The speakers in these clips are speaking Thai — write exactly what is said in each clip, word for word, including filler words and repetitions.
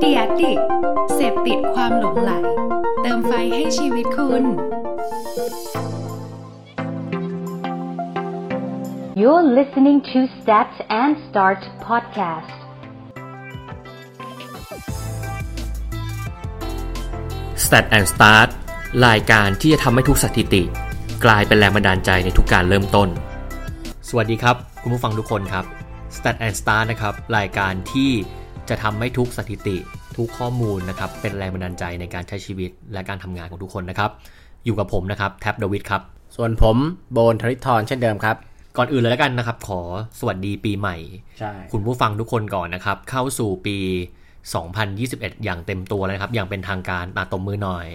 The Addict เสพติดความหลงใหลเติมไฟให้ชีวิตคุณ You're listening to Stat and Start podcast. Stat and Start รายการที่จะทำให้ทุกสถิติกลายเป็นแรงบันดาลใจในทุกการเริ่มต้นสวัสดีครับคุณผู้ฟังทุกคนครับ Stat and Start นะครับรายการที่จะทำให้ทุกสถิติทุกข้อมูลนะครับเป็นแรงบันดาลใจในการใช้ชีวิตและการทำงานของทุกคนนะครับอยู่กับผมนะครับแท็บเดวิดครับส่วนผมโบนธริธรเช่นเดิมครับก่อนอื่นเลยแล้วกันนะครับขอสวัสดีปีใหม่คุณผู้ฟังทุกคนก่อนนะครับเข้าสู่ปีสองพันยี่สิบเอ็ดอย่างเต็มตัวแล้วนะครับอย่างเป็นทางการมาตบมือหน่อย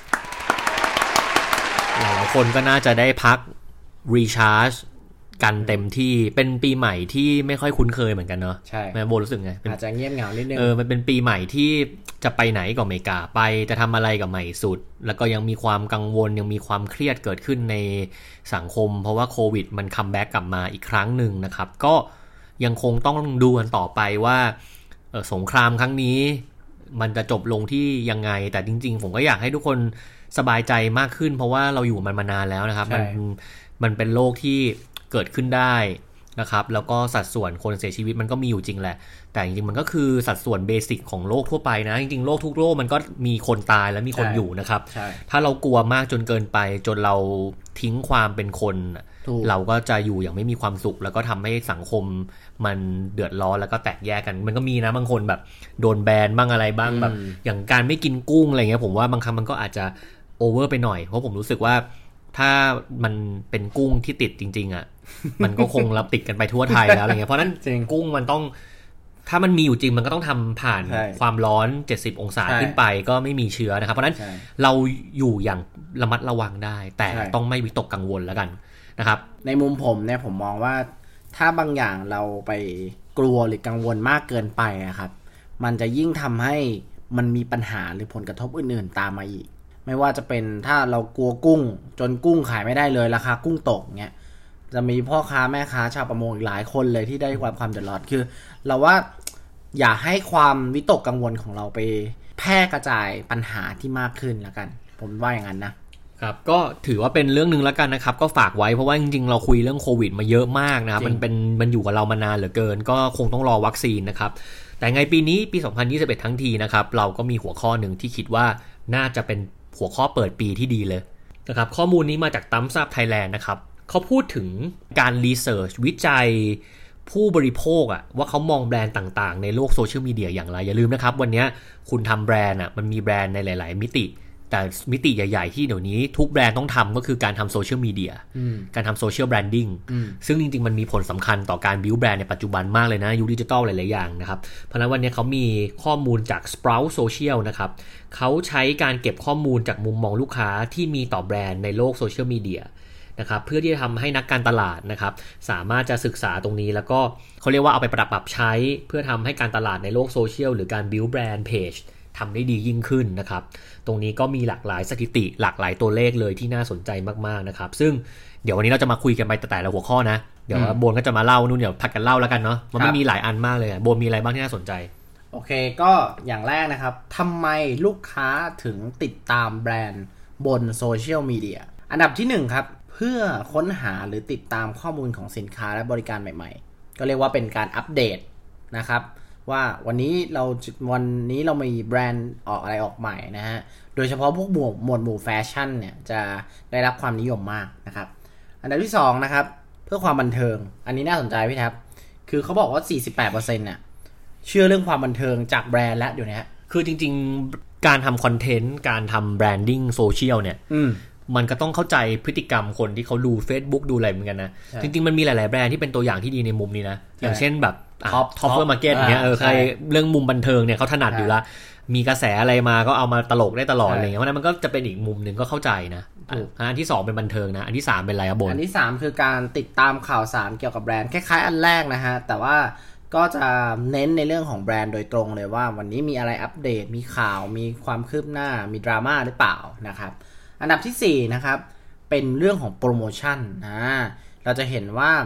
หลายคนก็น่าจะได้พักรีชาร์จกันเต็มที่เป็นปีใหม่ที่ไม่ค่อยคุ้นเคยเหมือนกันเนาะใช่แม่โบรู้สึกไงอาจจะเงียบเหงานิดนึงเออมันเป็นปีใหม่ที่จะไปไหนก็ไม่กล้าไปจะทำอะไรก็ไม่สุดแล้วก็ยังมีความกังวลยังมีความเครียดเกิดขึ้นในสังคมเพราะว่าโควิดมันคัมแบ็กกลับมาอีกครั้งหนึ่งนะครับก็ยังคงต้องดูกันต่อไปว่าเออสงครามครั้งนี้มันจะจบลงที่ยังไงแต่จริงๆผมก็อยากให้ทุกคนสบายใจมากขึ้นเพราะว่าเราอยู่มันมานานแล้วนะครับมันมันเป็นโลกที่เกิดขึ้นได้นะครับแล้วก็สัดส่วนคนเสียชีวิตมันก็มีอยู่จริงแหละแต่จริงๆมันก็คือสัดส่วนเบสิกของโลกทั่วไปนะจริงๆโลกทุกโลกมันก็มีคนตายและมีคนอยู่นะครับถ้าเรากลัวมากจนเกินไปจนเราทิ้งความเป็นคนเราก็จะอยู่อย่างไม่มีความสุขแล้วก็ทำให้สังคมมันเดือดร้อนแล้วก็แตกแยกกันมันก็มีนะบางคนแบบโดนแบนบ้างอะไรบ้างแบบอย่างการไม่กินกุ้งอะไรเงี้ยผมว่าบางครั้งมันก็อาจจะโอเวอร์ไปหน่อยเพราะผมรู้สึกว่าถ้ามันเป็นกุ้งที่ติดจริงๆอ่ะ มันก็คงรับติดกันไปทั่วไทยแล้วอะไรเงี้ยเพราะนั้นกุ้งมันต้องถ้ามันมีอยู่จริงมันก็ต้องทำผ่านความร้อนเจ็ดสิบองศาขึ้นไปก็ไม่มีเชื้อนะครับเพราะนั้นเราอยู่อย่างระมัดระวังได้แต่ต้องไม่วิตกกังวลแล้วกันนะครับในมุมผมเนี่ยผมมองว่าถ้าบางอย่างเราไปกลัวหรือกังวลมากเกินไปอะครับมันจะยิ่งทำให้มันมีปัญหาหรือผลกระทบอื่นๆตามมาอีกไม่ว่าจะเป็นถ้าเรากลัวกุ้งจนกุ้งขายไม่ได้เลยราคากุ้งตกเงี้ยจะมีพ่อค้าแม่ค้าชาวประมงอีกหลายคนเลยที่ได้ความความเดือดร้อนคือเราว่าอย่าให้ความวิตกกังวลของเราไปแพร่กระจายปัญหาที่มากขึ้นแล้วกันผมว่าอย่างนั้นนะครับก็ถือว่าเป็นเรื่องนึงแล้วกันนะครับก็ฝากไว้เพราะว่าจริงๆเราคุยเรื่องโควิดมาเยอะมากนะครับมันเป็นมันอยู่กับเรามานานเหลือเกินก็คงต้องรอวัคซีนนะครับแต่ไงปีนี้ปีสองพันยี่สิบเอ็ดทั้งทีนะครับเราก็มีหัวข้อนึงที่คิดว่าน่าจะเป็นหัวข้อเปิดปีที่ดีเลยนะครับข้อมูลนี้มาจาก Thumbs Up Thailand นะครับเขาพูดถึงการรีเสิร์ชวิจัยผู้บริโภคอะว่าเขามองแบรนด์ต่างๆในโลกโซเชียลมีเดียอย่างไรอย่าลืมนะครับวันนี้คุณทำแบรนด์อะมันมีแบรนด์ในหลายๆมิติแต่มิติใหญ่ๆที่เดี๋ยวนี้ทุกแบรนด์ต้องทำก็คือการทำโซเชียลมีเดียการทำโซเชียลแบรนดิ้งซึ่งจริงๆมันมีผลสำคัญต่อการบิวแบรนด์ในปัจจุบันมากเลยนะยุคดิจิทัลหลายๆอย่างนะครับเพราะฉะนั้นวันนี้เขามีข้อมูลจาก Sprout Social นะครับเขาใช้การเก็บข้อมูลจากมุมมองลูกค้าที่มีต่อแบรนด์ในโลกโซเชียลมีเดียนะครับเพื่อที่จะทำให้นักการตลาดนะครับสามารถจะศึกษาตรงนี้แล้วก็เขาเรียกว่าเอาไปปรับปรับใช้เพื่อทำให้การตลาดในโลกโซเชียลหรือการบิวแบรนด์เพจทำได้ดียิ่งขึ้นนะครับตรงนี้ก็มีหลากหลายสถิติหลากหลายตัวเลขเลยที่น่าสนใจมากๆนะครับซึ่งเดี๋ยววันนี้เราจะมาคุยกันไปแต่ละหัวข้อนะเดี๋ยวโบนก็จะมาเล่านู่นเดี๋ยวผัดกันเล่าแล้วกันเนาะมันไม่มีหลายอันมากเลยโบนมีอะไรบ้างที่น่าสนใจโอเคก็อย่างแรกนะครับทำไมลูกค้าถึงติดตามแบรนด์บนโซเชียลมีเดียอันดับที่หนึ่งครับเพื่อค้นหาหรือติดตามข้อมูลของสินค้าและบริการใหม่ๆก็เรียกว่าเป็นการอัปเดตนะครับว่าวันนี้เราวันนี้เรามีแบรนด์ออกอะไรออกใหม่นะฮะโดยเฉพาะพวกหมวดหมวดหมู่แฟชั่นเนี่ยจะได้รับความนิยมมากนะครับอันดับที่สองนะครับเพื่อความบันเทิงอันนี้น่าสนใจพี่แท็บคือเขาบอกว่า สี่สิบแปดเปอร์เซ็นต์ น่ะเชื่อเรื่องความบันเทิงจากแบรนด์แล้วเดี๋ยวนี้คือจริงๆการทำคอนเทนต์การทำแบรนดิ้งโซเชียลเนี่ยมันก็ต้องเข้าใจพฤติกรรมคนที่เขาดู Facebook ดูอะไรเหมือนกันนะจริงๆมันมีหลายๆแบรนด์ที่เป็นตัวอย่างที่ดีในมุมนี้นะอย่างเช่นแบบท็อปท็อปเฟอร์มาร์เก็ตเงี้ยเออใครเรื่องมุมบันเทิงเนี่ยเขาถนัดอยู่แล้วมีกระแสอะไรมาก็เอามาตลกได้ตลอดอะไรเงี้ยเพราะนั้นมันก็จะเป็นอีกมุมนึงก็เข้าใจนะอันที่สองเป็นบันเทิงนะอันที่สามเป็นอะไรครับบนอันที่สามคือการติดตามข่าวสารเกี่ยวกับแบรนด์คล้ายๆอันแรกนะฮะแต่ว่าก็จะเน้นในเรื่องของแบรนด์โดยตรงเลยว่าวันนี้มีอะไรอัปเดตมีข่าวมีความคืบหน้ามีดราม่าหรือเปล่านะครับอันดับที่สี่นะครับเป็นเรื่องของโปรโมชั่นนะเราจะเห็นว่า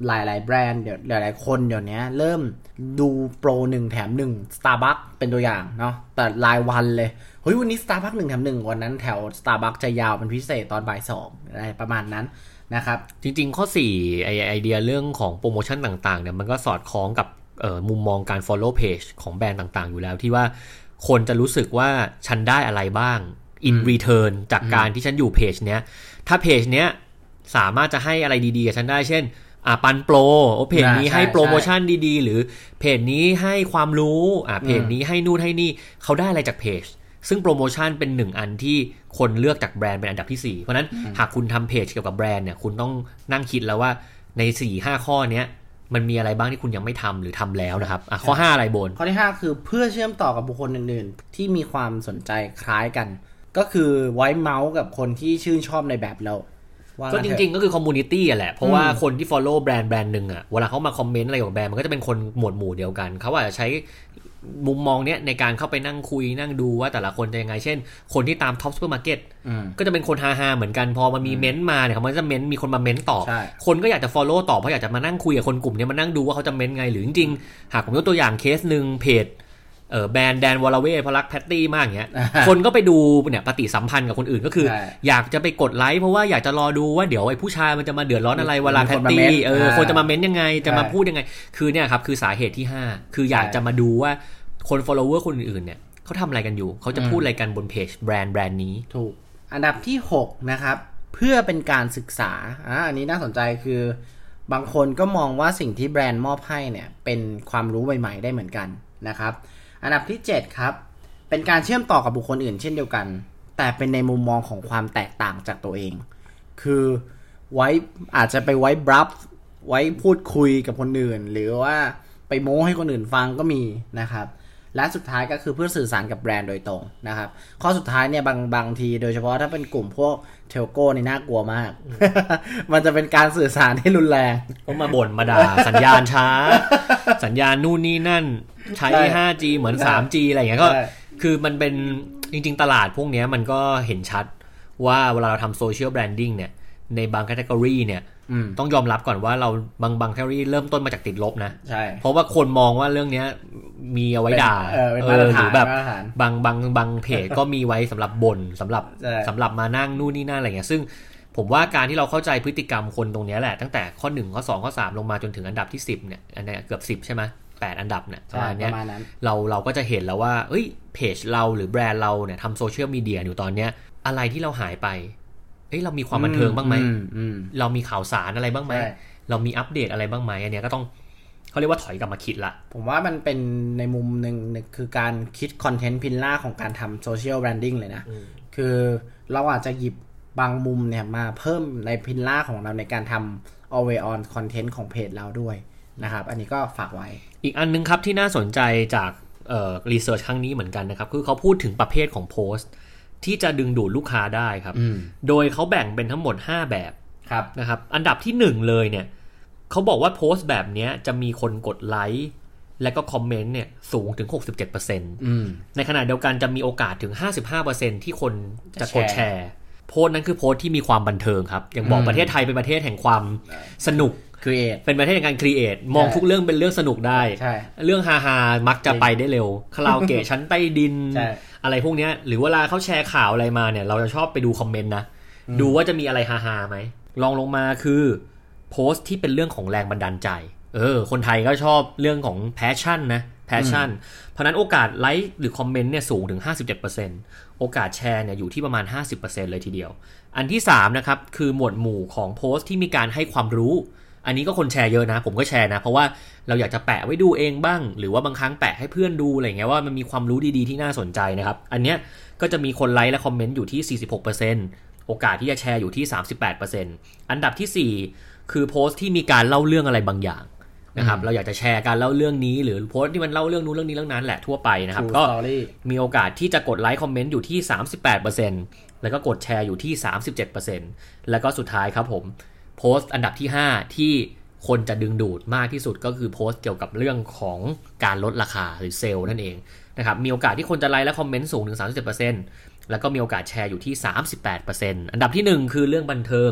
หลายๆแบรนด์เดี๋ยวหลายๆคนเดี๋ยวนี้เริ่มดูโปรหนึ่งแถมหนึ่ง Starbucks เป็นตัวอย่างเนาะแต่รายวันเลยเฮ้ยวันนี้ Starbucks หนึ่งแถมหนึ่งวันนั้นแถว Starbucks จะยาวเป็นพิเศษตอนบ่ายสองอะไรประมาณนั้นนะครับจริงๆข้อสี่ไอไอเดียเรื่องของโปรโมชั่นต่างๆเนี่ยมันก็สอดคล้องกับเอ่อมุมมองการ follow page ของแบรนด์ต่างๆอยู่แล้วที่ว่าคนจะรู้สึกว่าฉันได้อะไรบ้าง in return จากการที่ฉันอยู่เพจเนี้ยถ้าเพจเนี้ยสามารถจะให้อะไรดีๆกับฉันได้เช่นอ่ะปันโปรโอเพจนี้ให้โปรโมชั่นดีๆหรือเพจนี้ให้ความรู้อ่ะเพจนี้ให้นู่นให้นี่เขาได้อะไรจากเพจซึ่งโปรโมชั่นเป็นหนึ่งอันที่คนเลือกจากแบรนด์เป็นอันดับที่สี่เพราะนั้นหากคุณทำเพจเกี่ยวกับแบรนด์เนี่ยคุณต้องนั่งคิดแล้วว่าใน สี่ ห้า ข้อเนี้ยมันมีอะไรบ้างที่คุณยังไม่ทำหรือทำแล้วนะครับอ่ะข้อห้าอะไรบนข้อที่ห้าคือเพื่อเชื่อมต่อกับบุคคลอื่นๆที่มีความสนใจคล้ายกันก็คือไว้เมาส์กับคนที่ชื่นชอบในแบบเราก็จริงๆก็คือคอมมูนิตี้อ่ะแหละเพราะว่าคนที่ follow แบรนด์แบรนด์นึงอ่ะเวลาเขามาคอมเมนต์อะไรกับแบรนด์มันก็จะเป็นคนหมวดหมู่เดียวกันเขาอาจจะใช้มุมมองเนี้ยในการเข้าไปนั่งคุยนั่งดูว่าแต่ละคนจะยังไงเช่นคนที่ตามท็อปซูเปอร์มาร์เก็ตก็จะเป็นคนฮาๆเหมือนกันพอมันมีเม้นต์มาเนี่ยเขาจะเม้นต์มีคนมาเม้นต์ตอบคนก็อยากจะ follow ต่อเพราะอยากจะมานั่งคุยกับคนกลุ่มนี้มานั่งดูว่าเขาจะเม้นต์ไงหรือจริงๆหากผมยกตัวอย่างเคสนึงเพจเออแบรนด์แดนวอลเว่เพราะรักแพตตี้มากอย่างเงี้ย คนก็ไปดูเนี่ยปฏิสัมพันธ์กับคนอื่นก็คืออยากจะไปกดไลค์เพราะว่าอยากจะรอดูว่าเดี๋ยวไอ้ผู้ชายมันจะมาเดือดร้อนอะไรเวลาแพตตี้เออคนจะมาเม้นยังไงจะมาพูดยังไงคือเนี่ยครับคือสาเหตุที่ห้าคืออยากจะมาดูว่าคน follower คนอื่นๆเนี่ยเขาทำอะไรกันอยู่เขาจะพูดอะไรกันบนเพจแบรนด์แบรนด์นี้ถูกอันดับที่หกนะครับเพื่อเป็นการศึกษาอ่าอันนี้น่าสนใจคือบางคนก็มองว่าสิ่งที่แบรนด์มอบให้เนี่ยเป็นความรู้ใหม่ๆได้เหมือนกันนะครับอันดับที่เจ็ดครับเป็นการเชื่อมต่อกับบุคคลอื่นเช่นเดียวกันแต่เป็นในมุมมองของความแตกต่างจากตัวเองคือไว้อาจจะไปไว้บลัฟไว้พูดคุยกับคนอื่นหรือว่าไปโม้ให้คนอื่นฟังก็มีนะครับและสุดท้ายก็คือเพื่อสื่อสารกับแบรนด์โดยตรงนะครับข้อสุดท้ายเนี่ยบางบางทีโดยเฉพาะถ้าเป็นกลุ่มพวกเทลโก้นี่น่ากลัวมาก มันจะเป็นการสื่อสารที่รุนแรงก็มาบ่นมาด่าสัญญาณช้า สัญญาณนู่นนี่นั่นใช้ ห้าจี เหมือน สามจี อะไรอย่างเงี้ยก็คือมันเป็นจริงๆตลาดพวกนี้มันก็เห็นชัดว่าเวลาเราทำโซเชียลแบรนดิ้งเนี่ยในบางแคตตากรีเนี่ยต้องยอมรับก่อนว่าเราบางบางแคตตากรีเริ่มต้นมาจากติดลบนะใช่เพราะว่าคนมองว่าเรื่องนี้มีเอาไว้ด่าเออเป็นมาตรฐานหรือแบบบางบางบางเพจก็มีไว้สำหรับบ่นสำหรับสำหรับมานั่งนู่นนี่นั่นอะไรเงี้ยซึ่งผมว่าการที่เราเข้าใจพฤติกรรมคนตรงนี้แหละตั้งแต่ข้อหนึ่งข้อสองข้อสามลงมาจนถึงอันดับที่สิบเนี่ยอันนี้เกือบสิบใช่ไหมแปดอันดับเนี่ยประมาณนี้เราเราก็จะเห็นแล้วว่าเอ้ยเพจเราหรือแบรนด์เราเนี่ยทำโซเชียลมีเดียอยู่ตอนเนี้ยอะไรที่เราหายไปเอ้ยเรามีความบันเทิงบ้างไหมเรามีข่าวสารอะไรบ้างไหมเรามีอัปเดตอะไรบ้างไหมอันเนี้ยก็ต้องเขาเรียกว่าถอยกลับมาคิดละผมว่ามันเป็นในมุมหนึ่งคือการคิดคอนเทนต์พิลล่าของการทำโซเชียลแบรนดิ้งเลยนะคือเราอาจจะหยิบบางมุมเนี่ยมาเพิ่มในพิลล่าของเราในการทำ always on content ของเพจเราด้วยนะครับอันนี้ก็ฝากไว้อีกอันนึงครับที่น่าสนใจจากเอ่อรีเสิร์ชครั้งนี้เหมือนกันนะครับคือเขาพูดถึงประเภทของโพสต์ที่จะดึงดูดลูกค้าได้ครับโดยเขาแบ่งเป็นทั้งหมดห้าแบบนะครับอันดับที่หนึ่งเลยเนี่ยเขาบอกว่าโพสต์แบบนี้จะมีคนกดไลค์และก็คอมเมนต์เนี่ยสูงถึง หกสิบเจ็ดเปอร์เซ็นต์ อืมในขณะเดียวกันจะมีโอกาสถึง ห้าสิบห้าเปอร์เซ็นต์ ที่คนจะกดแชร์โพสต์นั้นคือโพสต์ที่มีความบันเทิงครับอย่างบอกประเทศไทยเป็นประเทศแห่งความสนุก create เป็นประเทศแห่งการ create มองทุกเรื่องเป็นเรื่องสนุกได้เรื่องฮาๆมักจะไปได้เร็วคาราโอเกะชั้นใต้ดินอะไรพวกนี้หรือเวลาเขาแชร์ข่าวอะไรมาเนี่ยเราจะชอบไปดูคอมเมนต์นะดูว่าจะมีอะไรฮาๆไหมลองลงมาคือโพสต์ที่เป็นเรื่องของแรงบันดาลใจเออคนไทยก็ชอบเรื่องของ passion นะ passion เพราะนั้นโอกาสไลค์หรือคอมเมนต์เนี่ยสูงถึง ห้าสิบเจ็ดเปอร์เซ็นต์ โอกาสแชร์เนี่ยอยู่ที่ประมาณ ห้าสิบเปอร์เซ็นต์ เลยทีเดียวอันที่สามนะครับคือหมวดหมู่ของโพสต์ที่มีการให้ความรู้อันนี้ก็คนแชร์เยอะนะผมก็แชร์นะเพราะว่าเราอยากจะแปะไว้ดูเองบ้างหรือว่าบางครั้งแปะให้เพื่อนดูอะไรเงี้ยว่ามันมีความรู้ดีๆที่น่าสนใจนะครับอันเนี้ยก็จะมีคนไลค์และคอมเมนต์อยู่ที่ สี่สิบหกเปอร์เซ็นต์ โอกาสที่จะแชร์อยู่ที่ สามสิบแปดเปอร์เซ็นต์ อันดับที่สี่คือโพสต์ที่มีการเล่าเรื่องอะไรบางอย่างนะครับเราอยากจะแชร์การเล่าเรื่องนี้หรือโพสต์ที่มันเล่าเรื่องนู้นเรื่องนี้เรื่องนั้นแหละทั่วไปนะครับก็มีโอกาสที่จะกดไลค์คอมเมนต์อยู่ที่ สามสิบแปดเปอร์เซ็นต์ แล้วก็กดแชร์อยู่ที่ สามสิบเจ็ดเปอร์เซ็นต์ แล้วก็สุดท้ายครับผมโพสต์อันดับที่ห้าที่คนจะดึงดูดมากที่สุดก็คือโพสต์เกี่ยวกับเรื่องของการลดราคาหรือเซลล์นั่นเองนะครับมีโอกาสที่คนจะไลค์และคอมเมนต์สูงถึง สามสิบเจ็ดเปอร์เซ็นต์ แล้วก็มีโอกาสแชร์อยู่ที่ สามสิบแปดเปอร์เซ็นต์ อันดับที่หนึ่งคือเรื่องบันเทิง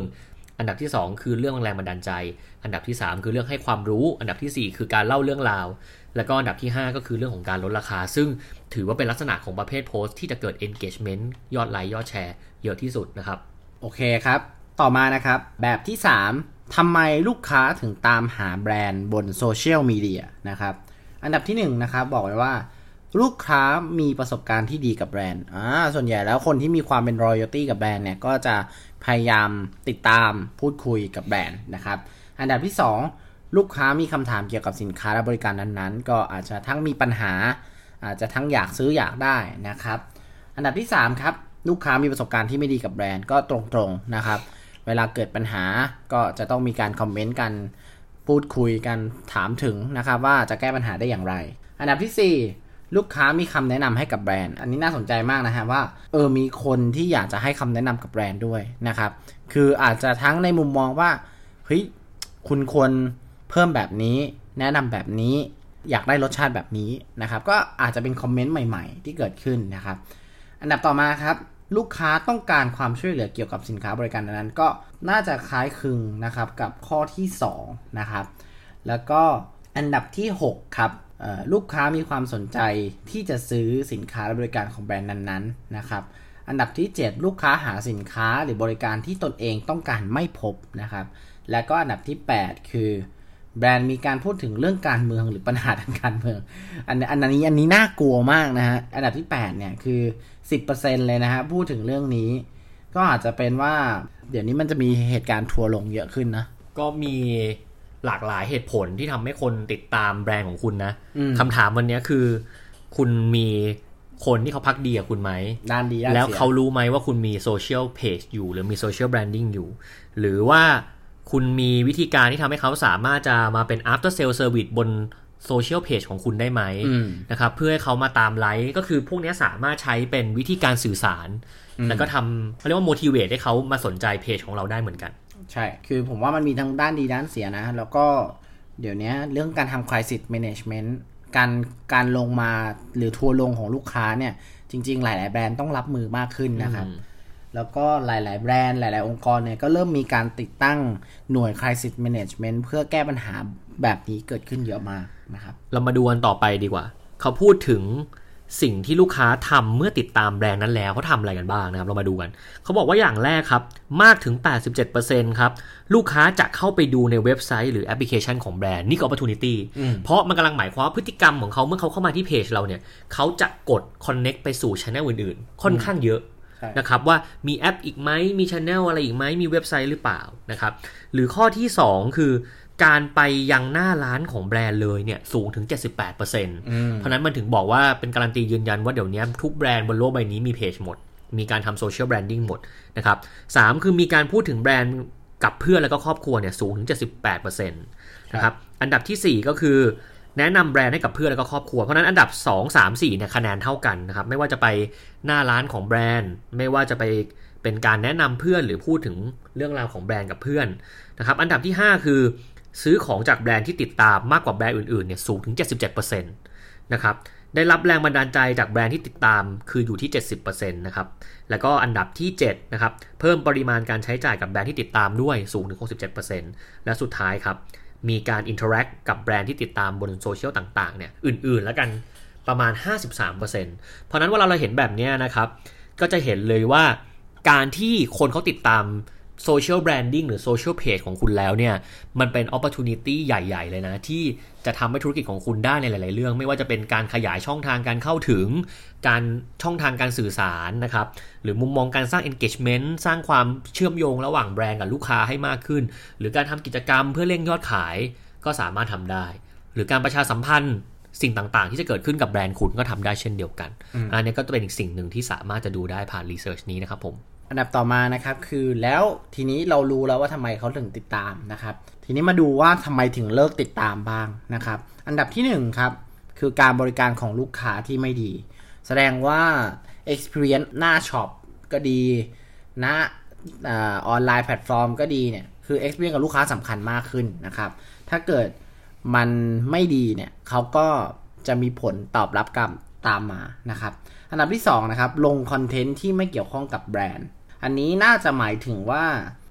อันดับที่สองคือเรื่องแรงบันดาลใจอันดับที่สามคือเรื่องให้ความรู้อันดับที่สี่คือการเล่าเรื่องราวแล้วก็อันดับที่ห้าก็คือเรื่องของการลดราคาซึ่งถือว่าเป็นลักษณะของประเภทโพสต์ที่จะเกิด engagement ยอดไลค์ยอดแชร์เยอะที่สุดนะครับโอเคครับต่อมานะครับแบบที่สามทำไมลูกค้าถึงตามหาแบรนด์บนโซเชียลมีเดียนะครับอันดับที่หนึ่งนะครับบอกไว้ว่าลูกค้ามีประสบการณ์ที่ดีกับแบรนด์อ่าส่วนใหญ่แล้วคนที่มีความเป็น royalty กับแบรนด์เนี่ยก็จะพยายามติดตามพูดคุยกับแบรนด์นะครับอันดับที่สองลูกค้ามีคำถามเกี่ยวกับสินค้าและบริการนั้นๆก็อาจจะทั้งมีปัญหาอาจจะทั้งอยากซื้ออยากได้นะครับอันดับที่สามครับลูกค้ามีประสบการณ์ที่ไม่ดีกับแบรนด์ก็ตรงๆนะครับเวลาเกิดปัญหาก็จะต้องมีการคอมเมนต์กันพูดคุยกันถามถึงนะครับว่าจะแก้ปัญหาได้อย่างไรอันดับที่สี่ลูกค้ามีคำแนะนำให้กับแบรนด์อันนี้น่าสนใจมากนะฮะว่าเออมีคนที่อยากจะให้คำแนะนำกับแบรนด์ด้วยนะครับคืออาจจะทั้งในมุมมองว่าเฮ้ยคุณควรเพิ่มแบบนี้แนะนำแบบนี้อยากได้รสชาติแบบนี้นะครับก็อาจจะเป็นคอมเมนต์ใหม่ๆที่เกิดขึ้นนะครับอันดับต่อมาครับลูกค้าต้องการความช่วยเหลือเกี่ยวกับสินค้าบริการนั้นก็น่าจะคล้ายคลึงนะครับกับข้อที่สองนะครับแล้วก็อันดับที่หกครับลูกค้ามีความสนใจที่จะซื้อสินค้าและบริการของแบรนด์นั้นๆนะครับอันดับที่เจ็ดลูกค้าหาสินค้าหรือบริการที่ตนเองต้องการไม่พบนะครับและก็อันดับที่แปดคือแบรนด์มีการพูดถึงเรื่องการเมืองหรือปัญหาทางการเมืองอันอันนี้อันนี้น่ากลัวมากนะฮะอันดับที่แปดเนี่ยคือ สิบเปอร์เซ็นต์ เลยนะฮะพูดถึงเรื่องนี้ก็อาจจะเป็นว่าเดี๋ยวนี้มันจะมีเหตุการณ์ทัวร์ลงเยอะขึ้นนะก็มีหลากหลายเหตุผลที่ทำให้คนติดตามแบรนด์ของคุณนะคำถามวันนี้คือคุณมีคนที่เขาพักดีกับคุณไหมด้านดีแล้วเขารู้ไหมว่าคุณมีโซเชียลเพจอยู่หรือมีโซเชียลแบรนดิ้งอยู่หรือว่าคุณมีวิธีการที่ทำให้เขาสามารถจะมาเป็น after sale service บนโซเชียลเพจของคุณได้ไหมนะครับเพื่อให้เขามาตามไลค์ก็คือพวกนี้สามารถใช้เป็นวิธีการสื่อสารแล้วก็ทำเขาเรียกว่า motivate ให้เขามาสนใจเพจของเราได้เหมือนกันใช่คือผมว่ามันมีทั้งด้านดีด้านเสียนะแล้วก็เดี๋ยวนี้เรื่องการทำ crisis management การการลงมาหรือทัวร์ลงของลูกค้าเนี่ยจริงๆหลายๆแบรนด์ต้องรับมือมากขึ้นนะครับแล้วก็หลายๆแบรนด์หลายๆองค์กรเนี่ยก็เริ่มมีการติดตั้งหน่วย crisis management เพื่อแก้ปัญหาแบบนี้เกิดขึ้นเยอะมากนะครับเรามาดูกันต่อไปดีกว่าเขาพูดถึงสิ่งที่ลูกค้าทำเมื่อติดตามแบรนด์นั้นแล้วเขาทำอะไรกันบ้างนะครับเรามาดูกันเขาบอกว่าอย่างแรกครับมากถึง แปดสิบเจ็ดเปอร์เซ็นต์ ครับลูกค้าจะเข้าไปดูในเว็บไซต์หรือแอปพลิเคชันของแบรนด์นี่ก็ opportunity เพราะมันกำลังหมายความว่าพฤติกรรมของเขาเมื่อเขาเข้ามาที่เพจเราเนี่ยเขาจะกด connect ไปสู่ channel อื่นๆค่อนข้างเยอะนะครับว่ามีแอปอีกไหมมี channel อะไรอีกไหมมีเว็บไซต์หรือเปล่านะครับหรือข้อที่สองคือการไปยังหน้าร้านของแบรนด์เลยเนี่ยสูงถึง เจ็ดสิบแปดเปอร์เซ็นต์ เพราะนั้นมันถึงบอกว่าเป็นการันตียืนยันว่าเดี๋ยวนี้ทุกแบรนด์บนโลกใบนี้มีเพจหมดมีการทำโซเชียลแบรนดิ้งหมดนะครับสามคือมีการพูดถึงแบรนด์กับเพื่อนแล้วก็ครอบครัวเนี่ยสูงถึง เจ็ดสิบแปดเปอร์เซ็นต์ นะครับอันดับที่สี่ก็คือแนะนำแบรนด์ให้กับเพื่อนแล้วก็ครอบครัวเพราะนั้นอันดับสอง สาม สี่เนี่ยคะแนนเท่ากันนะครับไม่ว่าจะไปหน้าร้านของแบรนด์ไม่ว่าจะไปเป็นการแนะนำเพื่อนหรือพูดถึงเรื่องราวของแบรนด์กับเพื่อนนะครับอันดับที่ห้าคือซื้อของจากแบรนด์ที่ติดตามมากกว่าแบรนด์อื่นๆเนี่ยสูงถึง เจ็ดสิบเจ็ดเปอร์เซ็นต์ นะครับได้รับแรงบันดาลใจจากแบรนด์ที่ติดตามคืออยู่ที่ เจ็ดสิบเปอร์เซ็นต์ นะครับแล้วก็อันดับที่เจ็ดนะครับเพิ่มปริมาณการใช้จ่ายกับแบรนด์ที่ติดตามด้วยสูงถึง หกสิบเจ็ดเปอร์เซ็นต์ และสุดท้ายครับมีการอินเทอร์แอคกับแบรนด์ที่ติดตามบนโซเชียลต่างๆเนี่ยอื่นๆแล้วกันประมาณ ห้าสิบสามเปอร์เซ็นต์ เพราะนั้นเวลาเราเห็นแบบนี้นะครับก็จะเห็นเลยว่าการที่คนเขาติดตามโซเชียลแบรนดิ้งหรือโซเชียลเพจของคุณแล้วเนี่ยมันเป็น opportunity ใหญ่ๆเลยนะที่จะทำให้ธุรกิจของคุณได้ในหลายๆเรื่องไม่ว่าจะเป็นการขยายช่องทางการเข้าถึงการช่องทางการสื่อสารนะครับหรือมุมมองการสร้าง engagement สร้างความเชื่อมโยงระหว่างแบรนด์กับลูกค้าให้มากขึ้นหรือการทำกิจกรรมเพื่อเร่งยอดขายก็สามารถทำได้หรือการประชาสัมพันธ์สิ่งต่างๆที่จะเกิดขึ้นกับแบรนด์คุณก็ทำได้เช่นเดียวกันอันนี้ก็เป็นอีกสิ่งหนึ่งที่สามารถจะดูได้ผ่านรีเสิร์ชนี้นะครับผมอันดับต่อมานะครับคือแล้วทีนี้เรารู้แล้วว่าทำไมเขาถึงติดตามนะครับทีนี้มาดูว่าทำไมถึงเลิกติดตามบ้างนะครับอันดับที่หนึ่งครับคือการบริการของลูกค้าที่ไม่ดีแสดงว่า experience หน้าช็อปก็ดีหน้าออนไลน์แพลตฟอร์มก็ดีเนี่ยคือ experience กับลูกค้าสำคัญมากขึ้นนะครับถ้าเกิดมันไม่ดีเนี่ยเขาก็จะมีผลตอบรับกลับตามมานะครับอันดับที่สองนะครับลงคอนเทนต์ที่ไม่เกี่ยวข้องกับแบรนด์อันนี้น่าจะหมายถึงว่า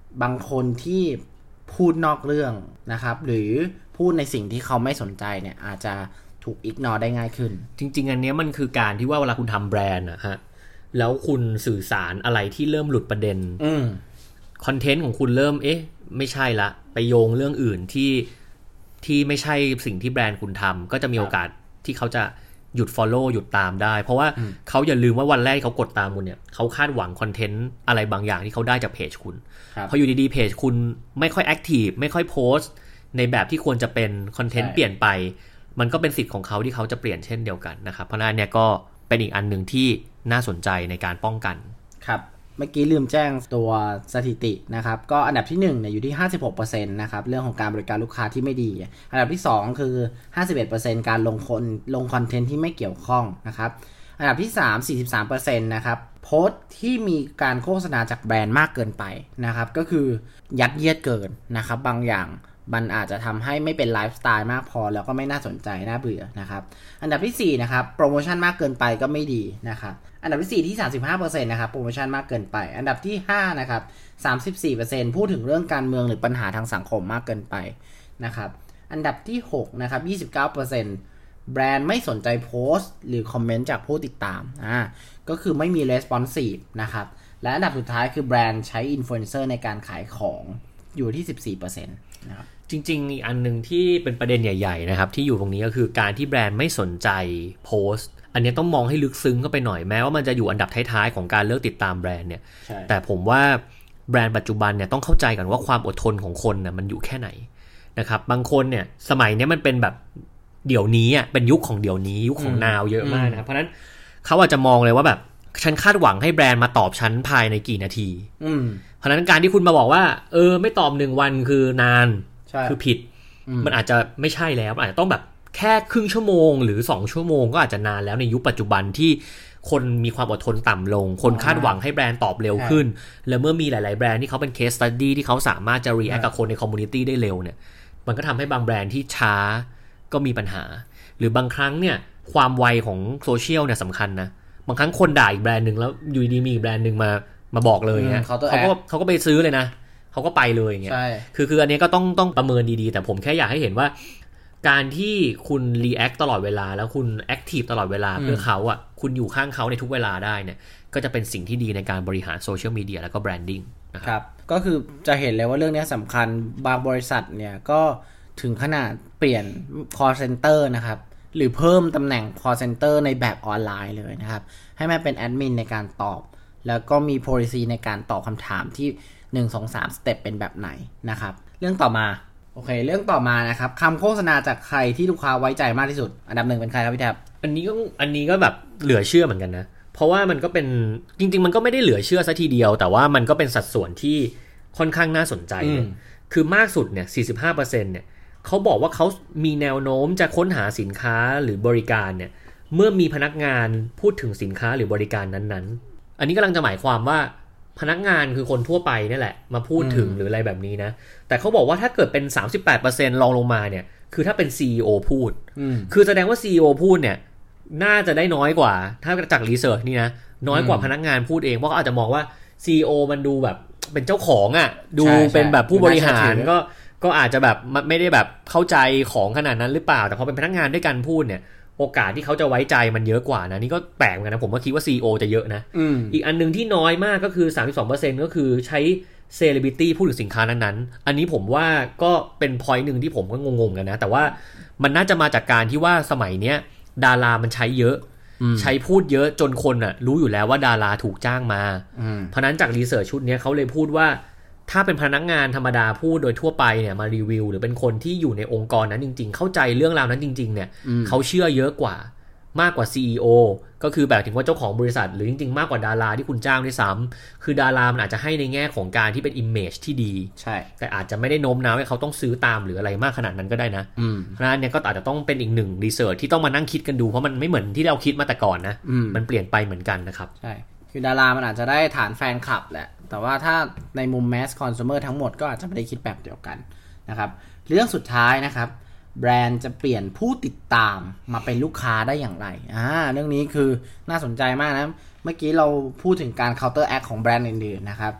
บางคนที่พูดนอกเรื่องนะครับหรือพูดในสิ่งที่เขาไม่สนใจเนี่ยอาจจะถูกอิกนอร์ได้ง่ายขึ้นจริงๆอันนี้มันคือการที่ว่าเวลาคุณทำแบรนด์อะฮะแล้วคุณสื่อสารอะไรที่เริ่มหลุดประเด็นคอนเทนต์ของคุณเริ่มเอ๊ะไม่ใช่ละไปโยงเรื่องอื่นที่ที่ไม่ใช่สิ่งที่แบรนด์คุณทำก็จะมีโอกาสที่เขาจะหยุด follow หยุดตามได้เพราะว่าเขาอย่าลืมว่าวันแรกเขากดตามคุณเนี่ยเขาคาดหวังคอนเทนต์อะไรบางอย่างที่เขาได้จากเพจคุณพออยู่ดีๆเพจคุณไม่ค่อยแอคทีฟไม่ค่อยโพสต์ในแบบที่ควรจะเป็นคอนเทนต์เปลี่ยนไปมันก็เป็นสิทธิ์ของเขาที่เขาจะเปลี่ยนเช่นเดียวกันนะครับเพราะนั้นเนี่ยก็เป็นอีกอันหนึ่งที่น่าสนใจในการป้องกันครับเมื่อกี้ลืมแจ้งตัวสถิตินะครับก็อันดับที่หนึ่งเนี่ยอยู่ที่ ห้าสิบหกเปอร์เซ็นต์ นะครับเรื่องของการบริการลูกค้าที่ไม่ดีอันดับที่สองคือ ห้าสิบเอ็ดเปอร์เซ็นต์ การลงคนลงคอนเทนต์ที่ไม่เกี่ยวข้องนะครับอันดับที่สาม สี่สิบสามเปอร์เซ็นต์ นะครับโพสต์ที่มีการโฆษณาจากแบรนด์มากเกินไปนะครับก็คือยัดเยียดเกินนะครับบางอย่างมันอาจจะทำให้ไม่เป็นไลฟ์สไตล์มากพอแล้วก็ไม่น่าสนใจน่าเบื่อนะครับอันดับที่สี่นะครับโปรโมชั่นมากเกินไปก็ไม่ดีนะครับอันดับที่สี่ที่ สามสิบห้าเปอร์เซ็นต์ นะครับโปรโมชั่นมากเกินไปอันดับที่ห้านะครับ สามสิบสี่เปอร์เซ็นต์ พูดถึงเรื่องการเมืองหรือปัญหาทางสังคมมากเกินไปนะครับอันดับที่หกนะครับ ยี่สิบเก้าเปอร์เซ็นต์ แบรนด์ไม่สนใจโพสต์หรือคอมเมนต์จากผู้ติดตามอ่าก็คือไม่มี responsive นะครับและอันดับสุดท้ายคือแบรนด์ใช้อินฟลูเอนเซอร์ในการขายของอยู่ที่ สิบสี่เปอร์เซ็นต์ นะครับจริงๆอีกอันนึงที่เป็นประเด็นใหญ่ๆนะครับที่อยู่ตรงนี้ก็คือการที่แบรนด์ไม่สนใจโพสต์อันนี้ต้องมองให้ลึกซึ้งเข้าไปหน่อยแม้ว่ามันจะอยู่อันดับท้ายๆของการเลิกติดตามแบรนด์เนี่ยแต่ผมว่าแบรนด์ปัจจุบันเนี่ยต้องเข้าใจกันว่าความอดทนของคนน่ะมันอยู่แค่ไหนนะครับบางคนเนี่ยสมัยนี้มันเป็นแบบเดี๋ยวนี้อ่ะเป็นยุคของเดี๋ยวนี้ยุคของนาวเยอะมากนะครับเพราะฉะนั้นเขาอาจจะมองเลยว่าแบบฉันคาดหวังให้แบรนด์มาตอบฉันภายในกี่นาทีเพราะฉะนั้นการที่คุณมาบอกว่าเออไม่ตอบหนึ่งวันคือนานคือผิดมันอาจจะไม่ใช่แล้วอาจจะต้องแบบแค่ครึ่งชั่วโมงหรือสองชั่วโมงก็อาจจะนานแล้วในยุคปัจจุบันที่คนมีความอดทนต่ำลงคนคาดหวังให้แบรนด์ตอบเร็วขึ้นแล้วเมื่อมีหลายๆแบรนด์ที่เขาเป็น case study ที่เขาสามารถจะ react กับคนใน community ได้เร็วเนี่ยมันก็ทำให้บางแบรนด์ที่ช้าก็มีปัญหาหรือบางครั้งเนี่ยความไวของโซเชียลเนี่ยสำคัญนะบางครั้งคนด่าอีกแบรนด์นึงแล้วอยู่ดีมีอีกแบรนด์นึงมามาบอกเลยเนี่ยเขาก็เขาก็ไปซื้อเลยนะเขาก็ไปเลยอย่างเงี้ยคือคืออันนี้ก็ต้องต้องประเมินดีๆแต่ผมแค่อยากให้เห็นว่าการที่คุณรีแอคตลอดเวลาแล้วคุณแอคทีฟตลอดเวลาเพื่อเขาอ่ะคุณอยู่ข้างเขาในทุกเวลาได้เนี่ยก็จะเป็นสิ่งที่ดีในการบริหารโซเชียลมีเดียแล้วก็แบรนดิ้งนะครับก็คือจะเห็นเลยว่าเรื่องนี้สำคัญบางบริษัทเนี่ยก็ถึงขนาดเปลี่ยน call center นะครับหรือเพิ่มตำแหน่ง call center ในแบบออนไลน์เลยนะครับให้มันเป็นแอดมินในการตอบแล้วก็มี policy ในการตอบคำถามที่หนึ่ง สอง สาม สเต็ปเป็นแบบไหนนะครับเรื่องต่อมาโอเคเรื่องต่อมานะครับคำโฆษณาจากใครที่ลูกค้าไว้ใจมากที่สุดอันดับหนึ่งเป็นใครครับพี่แท็บอันนี้ก็อันนี้ก็แบบเหลือเชื่อเหมือนกันนะเพราะว่ามันก็เป็นจริงๆมันก็ไม่ได้เหลือเชื่อซะทีเดียวแต่ว่ามันก็เป็นสัดส่วนที่ค่อนข้างน่าสนใจเลยคือมากสุดเนี่ย สี่สิบห้าเปอร์เซ็นต์ เนี่ยเขาบอกว่าเขามีแนวโน้มจะค้นหาสินค้าหรือบริการเนี่ยเมื่อมีพนักงานพูดถึงสินค้าหรือบริการนั้นๆอันนี้กำลังจะหมายความว่าพนักงานคือคนทั่วไปนี่แหละมาพูดถึงหรืออะไรแบบนี้นะแต่เขาบอกว่าถ้าเกิดเป็น สามสิบแปดเปอร์เซ็นต์ ลองลงมาเนี่ยคือถ้าเป็น ซี อี โอ พูดคือแสดงว่า ซี อี โอ พูดเนี่ยน่าจะได้น้อยกว่าถ้าจากรีเสิร์ชนี่นะน้อยกว่าพนักงานพูดเองเพราะเขาอาจจะมองว่า ซี อี โอ มันดูแบบเป็นเจ้าของอ่ะดูเป็นแบบผู้บริหารก็ก็อาจจะแบบไม่ได้แบบเข้าใจของขนาดนั้นหรือเปล่าแต่พอเป็นพนักงานด้วยกันพูดเนี่ยโอกาสที่เขาจะไว้ใจมันเยอะกว่านะนี่ก็แปลกเหมือนกันนะผมก็คิดว่า ซี อี โอ จะเยอะนะ อ, อีกอันนึงที่น้อยมากก็คือ สามสิบสองเปอร์เซ็นต์ ก็คือใช้เซเลบริตี้พูดถึงสินค้านั้นๆอันนี้ผมว่าก็เป็นพอยต์นึงที่ผมก็งงๆกันนะแต่ว่ามันน่าจะมาจากการที่ว่าสมัยเนี้ยดารามันใช้เยอะใช้พูดเยอะจนคนน่ะรู้อยู่แล้วว่าดาราถูกจ้างมาเพราะนั้นจากรีเสิร์ชชุดนี้เขาเลยพูดว่าถ้าเป็นพนักงานธรรมดาพูดโดยทั่วไปเนี่ยมารีวิวหรือเป็นคนที่อยู่ในองค์กรนั้นจริงๆเข้าใจเรื่องราวนั้นจริงๆเนี่ยเขาเชื่อเยอะกว่ามากกว่า ซี อี โอ ก็คือแบบถึงว่าเจ้าของบริษัทหรือจริงๆมากกว่าดาราที่คุณจ้างด้วยซ้ำคือดารามันอาจจะให้ในแง่ของการที่เป็น image ที่ดีใช่แต่อาจจะไม่ได้โน้มน้าวให้เขาต้องซื้อตามหรืออะไรมากขนาดนั้นก็ได้นะเพราะฉะนั้นเนี่ยก็อาจจะต้องเป็นอีกหนึ่งรีเสิร์ชที่ต้องมานั่งคิดกันดูเพราะมันไม่เหมือนที่เราคิดมาแต่ก่อนนะมันเปลี่ยนไปเหมือนกันนะครับใช่คือดารามันอาจจะได้ฐานแฟนคลับแหละแต่ว่าถ้าในมุม mass consumer ทั้งหมดก็อาจจะไม่ได้คิดแบบเดียวกันนะครับเรื่องสุดท้ายนะครับแบรนด์จะเปลี่ยนผู้ติดตามมาเป็นลูกค้าได้อย่างไรอ่าเรื่องนี้คือน่าสนใจมากนะเมื่อกี้เราพูดถึงการ counter act ของแบรนด์อื่นๆนะครับ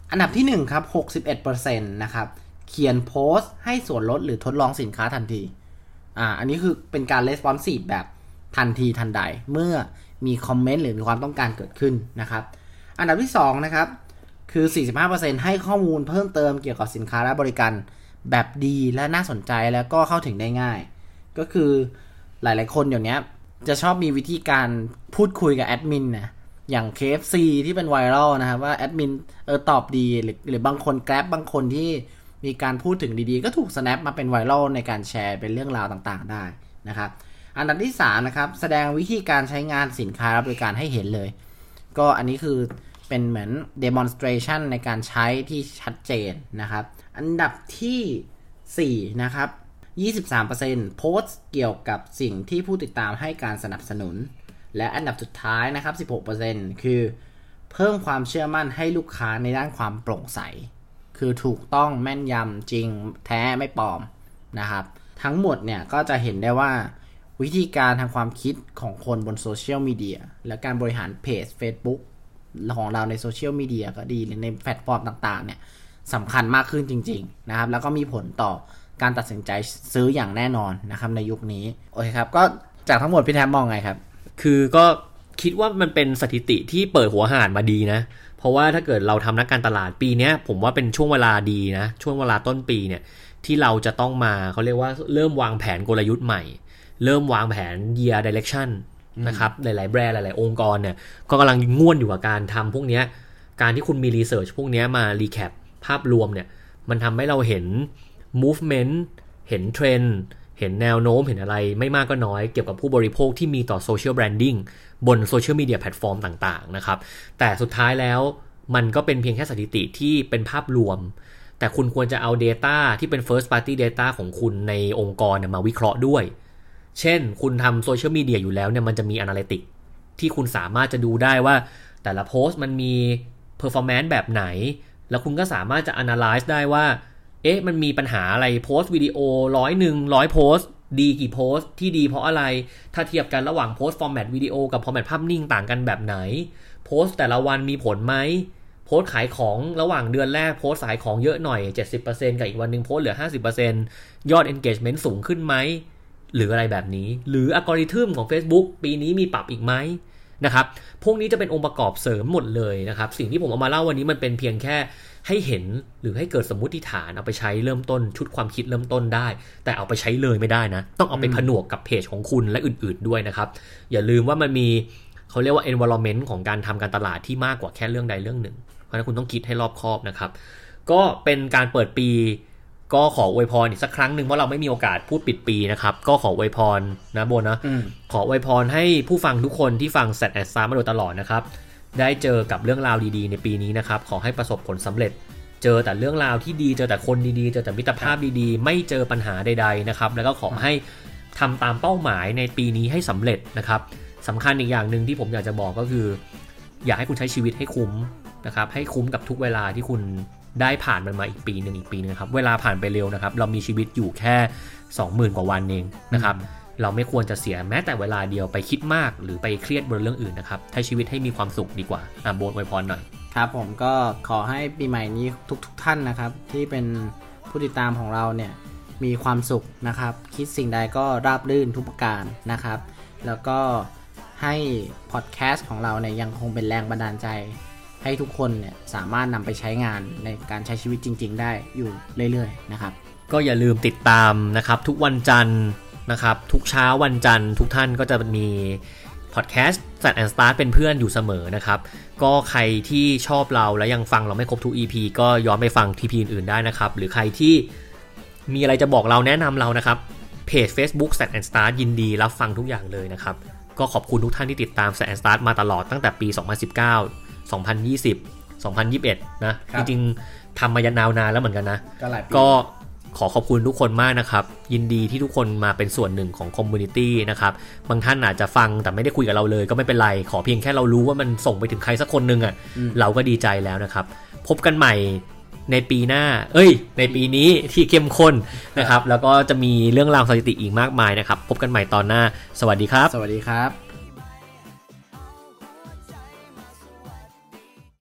อันดับที่หนึ่งครับ หกสิบเอ็ดเปอร์เซ็นต์ นะครับเขียนโพสต์ให้ส่วนลดหรือทดลองสินค้าทันทีอ่าอันนี้คือเป็นการ responsive แบบทันทีทันใดเมื่อมีคอมเมนต์หรือมีความต้องการเกิดขึ้นนะครับอันดับที่สองนะครับคือ สี่สิบห้าเปอร์เซ็นต์ ให้ข้อมูลเพิ่มเติมเกี่ยวกับสินค้าและบริการแบบดีและน่าสนใจแล้วก็เข้าถึงได้ง่ายก็คือหลายๆคนเดี๋ยวนี้จะชอบมีวิธีการพูดคุยกับแอดมินนะอย่าง เค เอฟ ซี ที่เป็นไวรัลนะครับว่าแอดมินเออตอบดีหรือหรือบางคน Grab บางคนที่มีการพูดถึงดีๆก็ถูก snap มาเป็นไวรัลในการแชร์เป็นเรื่องราวต่างๆได้นะครับอันดับที่สามนะครับแสดงวิธีการใช้งานสินค้าและบริการให้เห็นเลยก็อันนี้คือเป็นเหมือน demonstration ในการใช้ที่ชัดเจนนะครับอันดับที่สี่นะครับ ยี่สิบสามเปอร์เซ็นต์ โพสต์เกี่ยวกับสิ่งที่ผู้ติดตามให้การสนับสนุนและอันดับสุดท้ายนะครับ สิบหกเปอร์เซ็นต์ คือเพิ่มความเชื่อมั่นให้ลูกค้าในด้านความโปร่งใสคือถูกต้องแม่นยำจริงแท้ไม่ปลอมนะครับทั้งหมดเนี่ยก็จะเห็นได้ว่าวิธีการทางความคิดของคนบนโซเชียลมีเดียและการบริหารเพจ Facebook ของเราในโซเชียลมีเดียก็ดีหรือในแพลตฟอร์มต่างๆเนี่ยสำคัญมากขึ้นจริงๆนะครับแล้วก็มีผลต่อการตัดสินใจซื้ออย่างแน่นอนนะครับในยุคนี้โอเคครับก็จากทั้งหมดพี่แทมมองไงครับคือก็คิดว่ามันเป็นสถิติที่เปิดหัวหาดมาดีนะเพราะว่าถ้าเกิดเราทำนักการตลาดปีนี้ผมว่าเป็นช่วงเวลาดีนะช่วงเวลาต้นปีเนี่ยที่เราจะต้องมาเขาเรียกว่าเริ่มวางแผนกลยุทธ์ใหม่เริ่มวางแผน year direction นะครับหลายๆแบรนด์หลายๆองค์กรเนี่ยก็กำลังง่วนอยู่กับการทำพวกนี้การที่คุณมี research พวกนี้มา recap ภาพรวมเนี่ยมันทำให้เราเห็น movement เห็นเทรนด์เห็นแนวโน้มเห็นอะไรไม่มากก็น้อยเกี่ยวกับผู้บริโภคที่มีต่อ social branding บนโซเชียลมีเดียแพลตฟอร์มต่างๆนะครับแต่สุดท้ายแล้วมันก็เป็นเพียงแค่สถิติที่เป็นภาพรวมแต่คุณควรจะเอา data ที่เป็น first party data ของคุณในองค์กรเนี่ยมาวิเคราะห์ด้วยเช่นคุณทำโซเชียลมีเดียอยู่แล้วเนี่ยมันจะมี analytics ที่คุณสามารถจะดูได้ว่าแต่ละโพสต์มันมี performance แบบไหนแล้วคุณก็สามารถจะ analyze ได้ว่าเอ๊ะมันมีปัญหาอะไรโพสต์วิดีโอร้อยหนึ่งร้อยโพสต์ดีกี่โพสต์ที่ดีเพราะอะไรถ้าเทียบกันระหว่างโพสต์ฟอร์แมตวิดีโอกับฟอร์แมตภาพนิ่งต่างกันแบบไหนโพสต์แต่ละวันมีผลไหมโพสต์ขายของระหว่างเดือนแรกโพสต์ขายของเยอะหน่อย เจ็ดสิบเปอร์เซ็นต์ กับอีกวันนึงโพสต์เหลือ ห้าสิบเปอร์เซ็นต์ ยอด engagement สูงขึ้นไหมหรืออะไรแบบนี้หรืออัลกอริทึมของ Facebook ปีนี้มีปรับอีกไหมนะครับพวกนี้จะเป็นองค์ประกอบเสริมหมดเลยนะครับสิ่งที่ผมเอามาเล่าวันนี้มันเป็นเพียงแค่ให้เห็นหรือให้เกิดสมมุติฐานเอาไปใช้เริ่มต้นชุดความคิดเริ่มต้นได้แต่เอาไปใช้เลยไม่ได้นะต้องเอาไปผนวกกับเพจของคุณและอื่นๆด้วยนะครับอย่าลืมว่ามันมีเขาเรียกว่า environment ของการทำการตลาดที่มากกว่าแค่เรื่องใดเรื่องหนึ่งเพราะฉะนั้นคุณต้องคิดให้รอบคอบนะครับก็เป็นการเปิดปีก็ขออวยพรอีกสักครั้งหนึ่งเพราะเราไม่มีโอกาสพูดปิดปีนะครับก็ขออวยพรนะโบนะขออวยพรให้ผู้ฟังทุกคนที่ฟัง Stats and Start มาโดยตลอดนะครับได้เจอกับเรื่องราวดีๆในปีนี้นะครับขอให้ประสบผลสำเร็จเจอแต่เรื่องราวที่ดีเจอแต่คนดีๆเจอแต่มิตรภาพดีๆไม่เจอปัญหาใดๆนะครับแล้วก็ขอให้ทำตามเป้าหมายในปีนี้ให้สำเร็จนะครับสำคัญอีกอย่างหนึ่งที่ผมอยากจะบอกก็คืออยากให้คุณใช้ชีวิตให้คุ้มนะครับให้คุ้มกับทุกเวลาที่คุณได้ผ่านมันมาอีกปีนึงอีกปีนึงครับเวลาผ่านไปเร็วนะครับเรามีชีวิตอยู่แค่ สองหมื่น กว่าวันเองนะครับเราไม่ควรจะเสียแม้แต่เวลาเดียวไปคิดมากหรือไปเครียดบนเรื่องอื่นนะครับใช้ชีวิตให้มีความสุขดีกว่าอ่ะโบนอวยพรหน่อยครับผมก็ขอให้ปีใหม่นี้ทุกๆ ท, ท่านนะครับที่เป็นผู้ติดตามของเราเนี่ยมีความสุขนะครับคิดสิ่งใดก็ราบรื่นทุกประการนะครับแล้วก็ให้พอดแคสต์ของเราเนี่ยยังคงเป็นแรงบันดาลใจให้ทุกคนเนี่ยสามารถนำไปใช้งานในการใช้ชีวิตจริงๆได้อยู่เรื่อยๆนะครับก็อย่าลืมติดตามนะครับทุกวันจันทร์นะครับทุกเช้าวันจันทร์ทุกท่านก็จะมีพอดแคสต์ Stats and Start เป็นเพื่อนอยู่เสมอนะครับก็ใครที่ชอบเราและยังฟังเราไม่ครบทุก อี พี ก็ย้อนไปฟัง ที พี อื่นๆได้นะครับหรือใครที่มีอะไรจะบอกเราแนะนำเรานะครับเพจ Facebook Stats and Start ยินดีรับฟังทุกอย่างเลยนะครับก็ขอบคุณทุกท่านที่ติดตาม Stats and Start มาตลอดตั้งแต่ปีสองพันสิบเก้า สองพันยี่สิบ สองพันยี่สิบเอ็ดนะจริงๆทำมายาวนานแล้วเหมือนกันนะก็ขอขอบคุณทุกคนมากนะครับยินดีที่ทุกคนมาเป็นส่วนหนึ่งของคอมมูนิตี้นะครับบางท่านอาจจะฟังแต่ไม่ได้คุยกับเราเลยก็ไม่เป็นไรขอเพียงแค่เรารู้ว่ามันส่งไปถึงใครสักคนนึงอ่ะเราก็ดีใจแล้วนะครับพบกันใหม่ในปีหน้าเอ้ยในปีนี้ที่เข้มข้นนะครับแล้วก็จะมีเรื่องราวสถิติอีกมากมายนะครับพบกันใหม่ตอนหน้าสวัสดีครับสวัสดีครับ